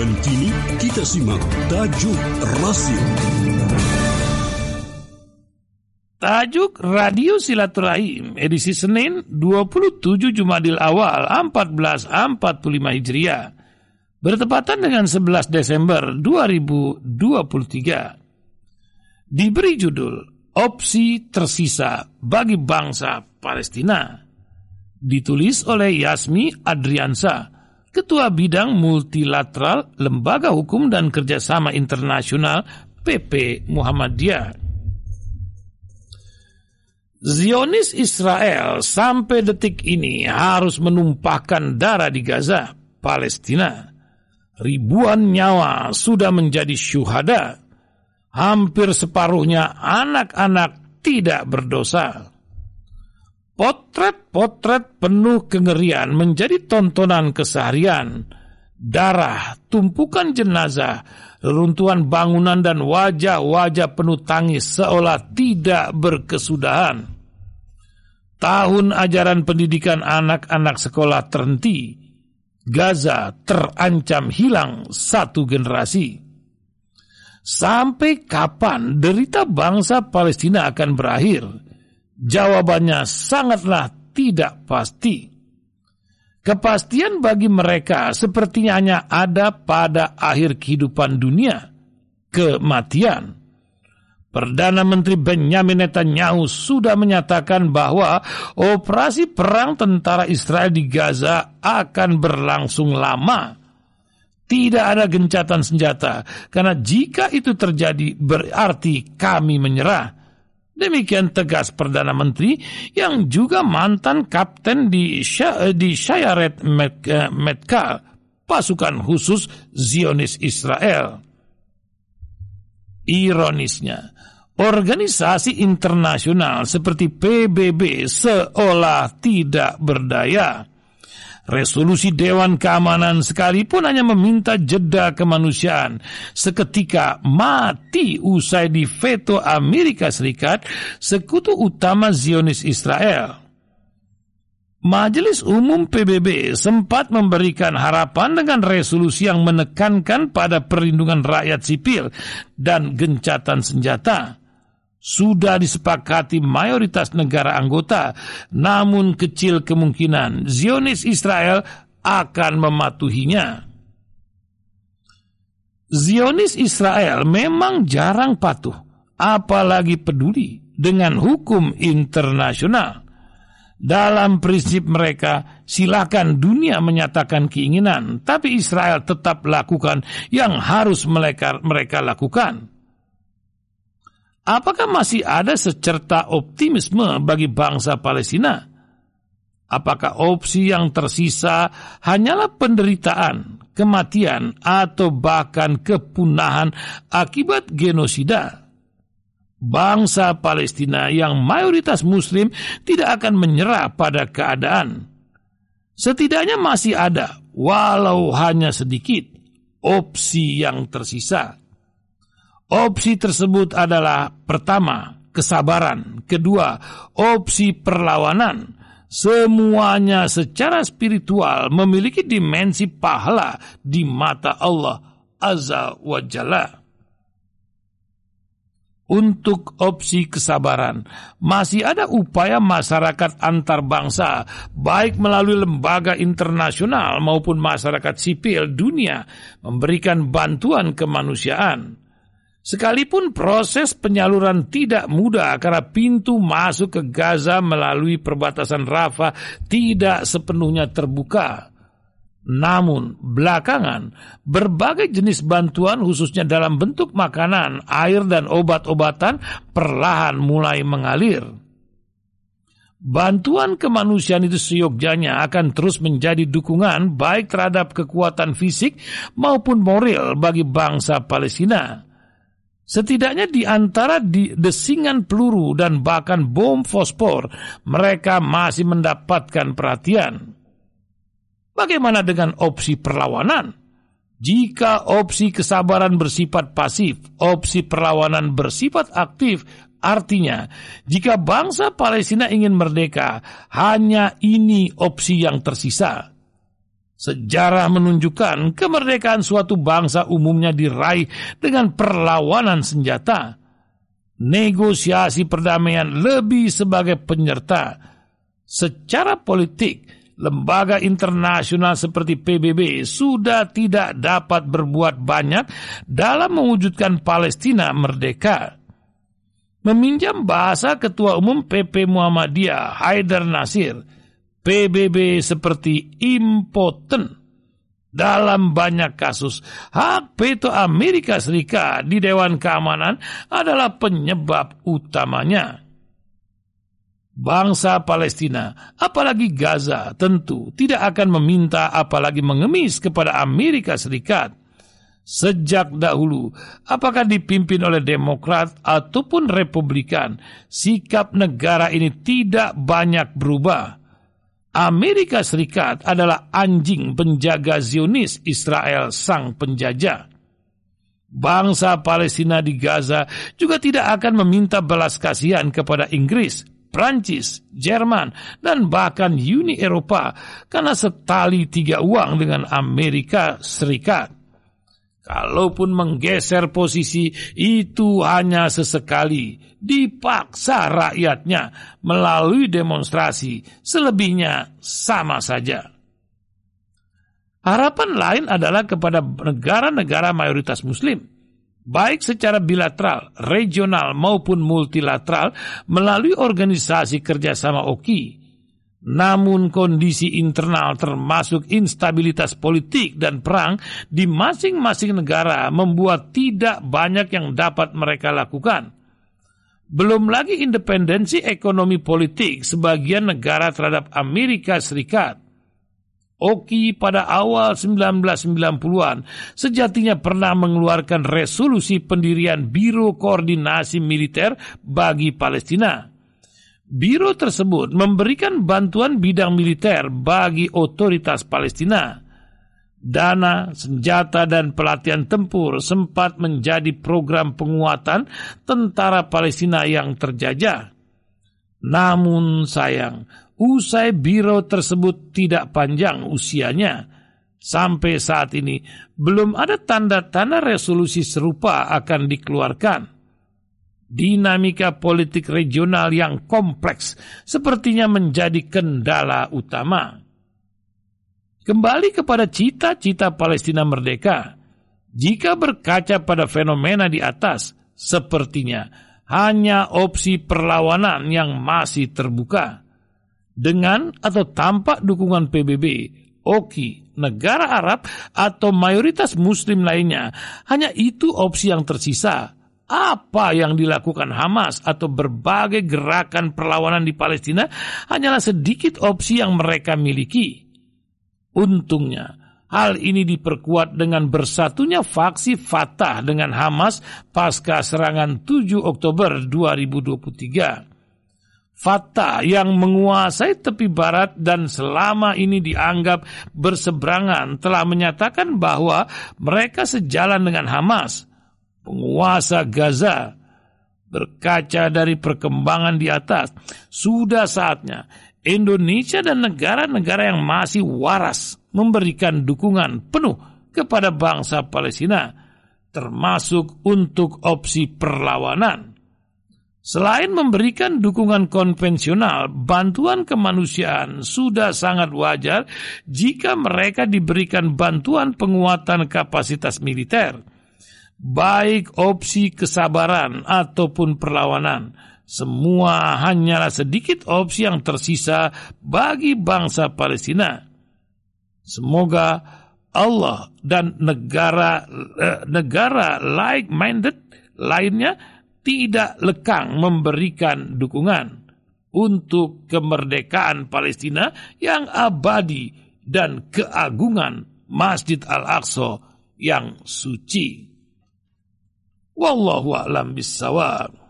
Dan kini kita simak Tajuk Rasim. Tajuk Radio Silaturahim edisi Senin 27 Jumadil Awal 1445 Hijriah bertepatan dengan 11 Desember 2023. Diberi judul Opsi Tersisa Bagi Bangsa Palestina. Ditulis oleh Yasmi Adriansa, Ketua Bidang Multilateral Lembaga Hukum dan Kerjasama Internasional PP Muhammadiyah. Zionis Israel sampai detik ini harus menumpahkan darah di Gaza, Palestina. Ribuan nyawa sudah menjadi syuhada. Hampir separuhnya anak-anak tidak berdosa. Potret-potret penuh kengerian menjadi tontonan keseharian. Darah, tumpukan jenazah, reruntuhan bangunan dan wajah-wajah penuh tangis seolah tidak berkesudahan. Tahun ajaran pendidikan anak-anak sekolah terhenti. Gaza terancam hilang satu generasi. Sampai kapan derita bangsa Palestina akan berakhir? Jawabannya sangatlah tidak pasti. Kepastian bagi mereka sepertinya hanya ada pada akhir kehidupan dunia, kematian. Perdana Menteri Benjamin Netanyahu sudah menyatakan bahwa operasi perang tentara Israel di Gaza akan berlangsung lama. Tidak ada gencatan senjata, karena jika itu terjadi berarti kami menyerah. Demikian tegas Perdana Menteri yang juga mantan kapten di Shayaret Metkal, pasukan khusus Zionis Israel. Ironisnya, organisasi internasional seperti PBB seolah tidak berdaya. Resolusi Dewan Keamanan sekalipun hanya meminta jeda kemanusiaan seketika mati usai diveto Amerika Serikat, sekutu utama Zionis Israel. Majelis Umum PBB sempat memberikan harapan dengan resolusi yang menekankan pada perlindungan rakyat sipil dan gencatan senjata. Sudah disepakati mayoritas negara anggota, namun kecil kemungkinan Zionis Israel akan mematuhinya. Zionis Israel memang jarang patuh, apalagi peduli dengan hukum internasional. Dalam prinsip mereka, silakan dunia menyatakan keinginan, tapi Israel tetap lakukan yang harus mereka lakukan. Apakah masih ada secerta optimisme bagi bangsa Palestina? Apakah opsi yang tersisa hanyalah penderitaan, kematian, atau bahkan kepunahan akibat genosida? Bangsa Palestina yang mayoritas Muslim tidak akan menyerah pada keadaan. Setidaknya masih ada, walau hanya sedikit, opsi yang tersisa. Opsi tersebut adalah pertama, kesabaran. Kedua, opsi perlawanan. Semuanya secara spiritual memiliki dimensi pahala di mata Allah Azza wa Jalla. Untuk opsi kesabaran, masih ada upaya masyarakat antar bangsa, baik melalui lembaga internasional maupun masyarakat sipil dunia, memberikan bantuan kemanusiaan. Sekalipun proses penyaluran tidak mudah karena pintu masuk ke Gaza melalui perbatasan Rafah tidak sepenuhnya terbuka. Namun, belakangan, berbagai jenis bantuan khususnya dalam bentuk makanan, air, dan obat-obatan perlahan mulai mengalir. Bantuan kemanusiaan itu seyogyanya akan terus menjadi dukungan baik terhadap kekuatan fisik maupun moral bagi bangsa Palestina. Setidaknya di antara desingan peluru dan bahkan bom fosfor, mereka masih mendapatkan perhatian. Bagaimana dengan opsi perlawanan? Jika opsi kesabaran bersifat pasif, opsi perlawanan bersifat aktif, artinya jika bangsa Palestina ingin merdeka, hanya ini opsi yang tersisa. Sejarah menunjukkan kemerdekaan suatu bangsa umumnya diraih dengan perlawanan senjata. Negosiasi perdamaian lebih sebagai penyerta. Secara politik, lembaga internasional seperti PBB sudah tidak dapat berbuat banyak dalam mewujudkan Palestina merdeka. Meminjam bahasa Ketua Umum PP Muhammadiyah Haidar Nasir, PBB seperti impoten. Dalam banyak kasus, hak veto Amerika Serikat di Dewan Keamanan adalah penyebab utamanya. Bangsa Palestina, apalagi Gaza, tentu tidak akan meminta apalagi mengemis kepada Amerika Serikat. Sejak dahulu, apakah dipimpin oleh Demokrat ataupun Republikan, sikap negara ini tidak banyak berubah. Amerika Serikat adalah anjing penjaga Zionis Israel sang penjajah. Bangsa Palestina di Gaza juga tidak akan meminta belas kasihan kepada Inggris, Prancis, Jerman, dan bahkan Uni Eropa karena setali tiga uang dengan Amerika Serikat. Kalaupun menggeser posisi, itu hanya sesekali, dipaksa rakyatnya melalui demonstrasi, selebihnya sama saja. Harapan lain adalah kepada negara-negara mayoritas Muslim, baik secara bilateral, regional maupun multilateral melalui organisasi kerjasama OKI. Namun kondisi internal termasuk instabilitas politik dan perang di masing-masing negara membuat tidak banyak yang dapat mereka lakukan. Belum lagi independensi ekonomi politik sebagian negara terhadap Amerika Serikat. OKI pada awal 1990-an sejatinya pernah mengeluarkan resolusi pendirian Biro Koordinasi Militer bagi Palestina. Biro tersebut memberikan bantuan bidang militer bagi otoritas Palestina. Dana, senjata, dan pelatihan tempur sempat menjadi program penguatan tentara Palestina yang terjajah. Namun sayang, usai biro tersebut tidak panjang usianya. Sampai saat ini belum ada tanda-tanda resolusi serupa akan dikeluarkan. Dinamika politik regional yang kompleks sepertinya menjadi kendala utama. Kembali kepada cita-cita Palestina merdeka, jika berkaca pada fenomena di atas, sepertinya hanya opsi perlawanan yang masih terbuka. Dengan atau tanpa dukungan PBB, OKI, negara Arab, atau mayoritas Muslim lainnya, hanya itu opsi yang tersisa. Apa yang dilakukan Hamas atau berbagai gerakan perlawanan di Palestina hanyalah sedikit opsi yang mereka miliki. Untungnya, hal ini diperkuat dengan bersatunya faksi Fatah dengan Hamas pasca serangan 7 Oktober 2023. Fatah yang menguasai tepi barat dan selama ini dianggap berseberangan telah menyatakan bahwa mereka sejalan dengan Hamas, penguasa Gaza. Berkaca dari perkembangan di atas, sudah saatnya Indonesia dan negara-negara yang masih waras memberikan dukungan penuh kepada bangsa Palestina, termasuk untuk opsi perlawanan. Selain memberikan dukungan konvensional, bantuan kemanusiaan sudah sangat wajar jika mereka diberikan bantuan penguatan kapasitas militer. Baik opsi kesabaran ataupun perlawanan, semua hanyalah sedikit opsi yang tersisa bagi bangsa Palestina. Semoga Allah dan negara like-minded lainnya tidak lekang memberikan dukungan untuk kemerdekaan Palestina yang abadi dan keagungan Masjid Al-Aqsa yang suci. Wallahu a'lam bissawab.